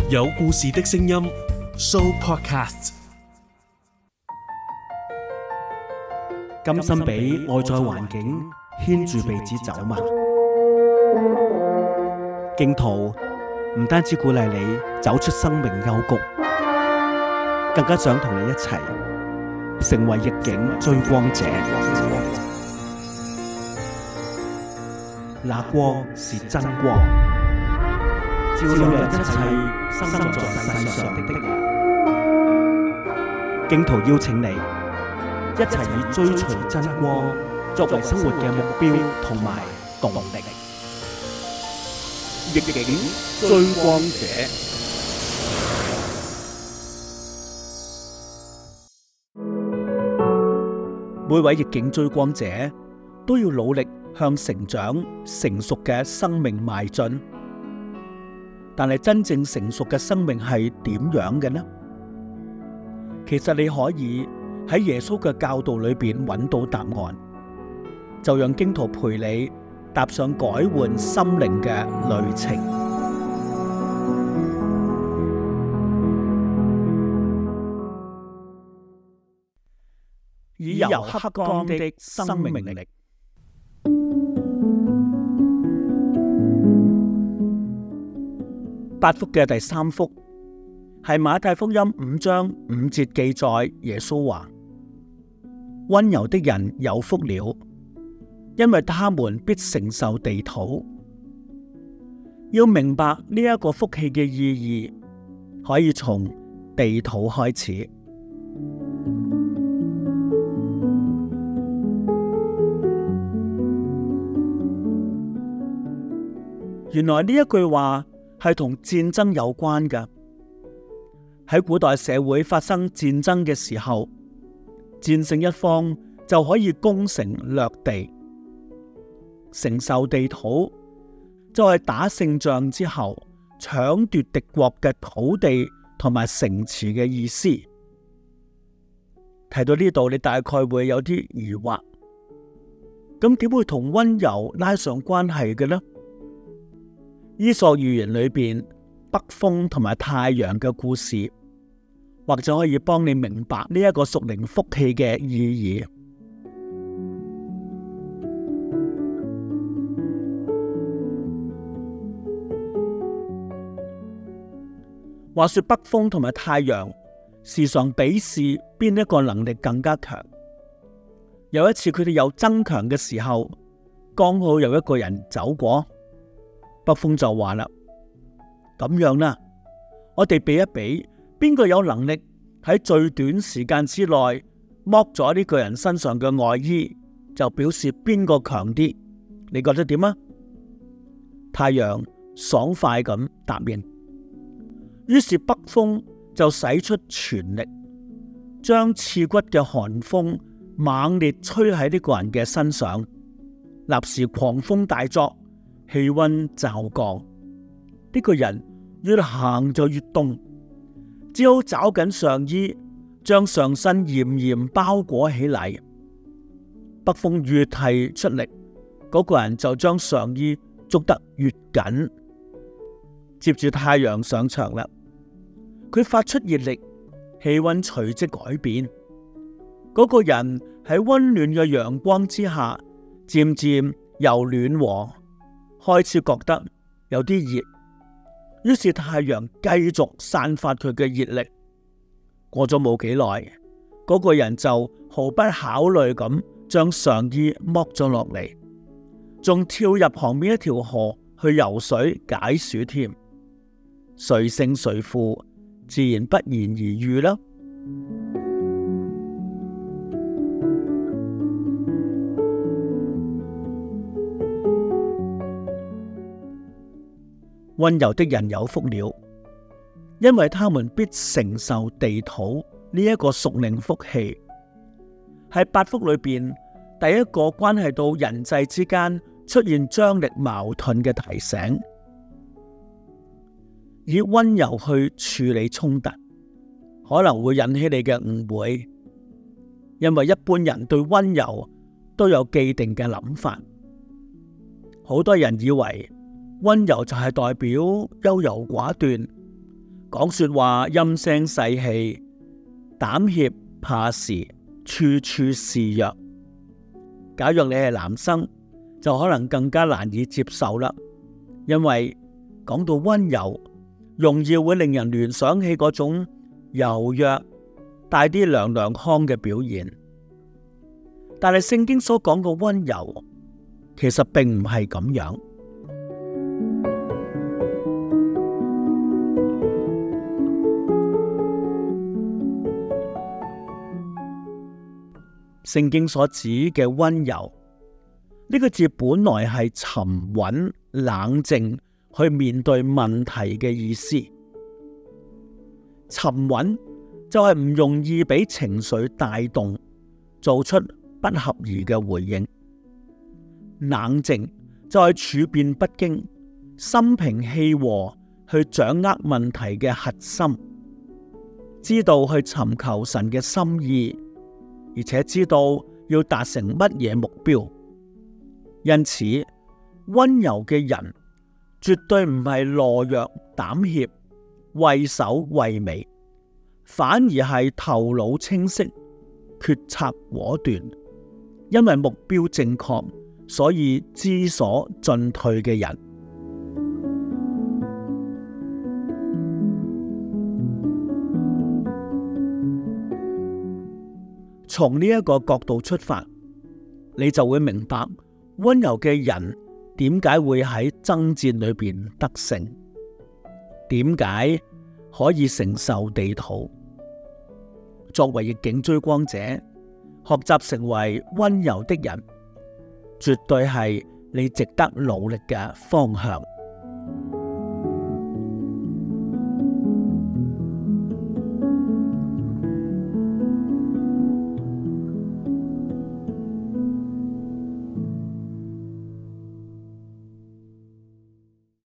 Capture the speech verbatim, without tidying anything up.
有故事的聲音 Show Podcast。甘心俾外在環境牽住鼻子走嗎？荊徒唔單止鼓勵你走出生命幽谷，更加想同你一齊成為逆境追光者。那光是真光，照亮一切生在世上的人。荊徒邀請你一齊以追隨真光作為生活嘅目標同埋動力。逆境追光者，每位逆境追光者都要努力向成長成熟嘅生命邁進。但係真正成熟嘅生命係點樣嘅呢？其實你可以喺耶穌嘅教導裏邊揾到答案，就讓荊徒陪你踏上改換心靈嘅旅程。以柔克剛的生命力。八福嘅第三福係馬太福音五章五節記載，耶穌話：溫柔的人有福了，因為他們必承受地土。要明白呢一個福氣嘅意義，可以從地土開始。原來呢一句話係同戰爭有關嘅。喺古代社會發生戰爭嘅時候，戰勝一方就可以攻城略地，承受地土就係打勝仗之後搶奪敵國嘅土地同埋城池嘅意思。提到呢度，你大概會有啲疑惑，咁點會同溫柔拉上關係嘅呢？伊索寓言裏邊北風同埋太陽嘅故事，或者可以幫你明白呢一個屬靈福氣嘅意義。話說北風同埋太陽時常比試邊一個能力更加強。有一次佢哋有爭強嘅時候，剛好有一個人走過，北風就話啦：咁樣啦，我哋比一比，邊個有能力喺最短時間之內剝咗呢個人身上嘅外衣，就表示邊個強啲。你覺得點啊？太陽爽快咁答應，於是北風就使出全力，將刺骨嘅寒風猛烈吹喺呢個人嘅身上，立時狂風大作，氣溫驟降，呢個人越行就越凍，只好抓緊上衣，將上身嚴嚴包裹起嚟。北風越係出力，嗰個人就將上衣捉得越緊。接住太陽上場啦，佢發出熱力，氣溫隨即改變。嗰個人喺溫暖嘅陽光之下，漸漸由暖和開始覺得有啲熱，於是太陽繼續散發佢嘅熱力。過咗冇幾耐，嗰個人就毫不考慮咁將上衣剝咗落嚟，仲跳入旁邊一條河去游水解暑添。誰勝誰負，自然不言而喻啦。溫柔的人有福了，因為他們必承受地土。呢一個屬靈福氣係八福裏邊第一個關係到人際之間出現張力矛盾嘅提醒。以溫柔去處理衝突，可能會引起你嘅誤會，因為一般人對溫柔都有既定嘅諗法。好多人以為溫柔就係代表優柔寡斷， 講說話陰聲細氣，膽怯怕事，處處示弱。假若你係男生，就可能更加難以接受啦，因為講到溫柔，容易會令人聯想起嗰種柔弱、帶啲娘娘腔嘅表現。但係聖經所講嘅溫柔，其實並唔係咁樣。聖經所指嘅溫柔，呢個字本來係沉穩、冷靜去面對問題嘅意思。沉穩就係唔容易俾情緒帶動，做出不合宜嘅回應。冷靜就係處變不驚，心平氣和去掌握問題嘅核心，知道去尋求神嘅心意，而且知道要達成乜嘢目標。因此，溫柔嘅人絕對唔係懦弱膽怯、畏首畏尾，反而係頭腦清晰、決策果斷，因為目標正確，所以知所進退嘅人。從呢一個角度出發，你就會明白溫柔嘅人點解會喺爭戰裏邊得勝，點解可以承受地土。作為逆境追光者，學習成為溫柔的人，絕對係你值得努力嘅方向。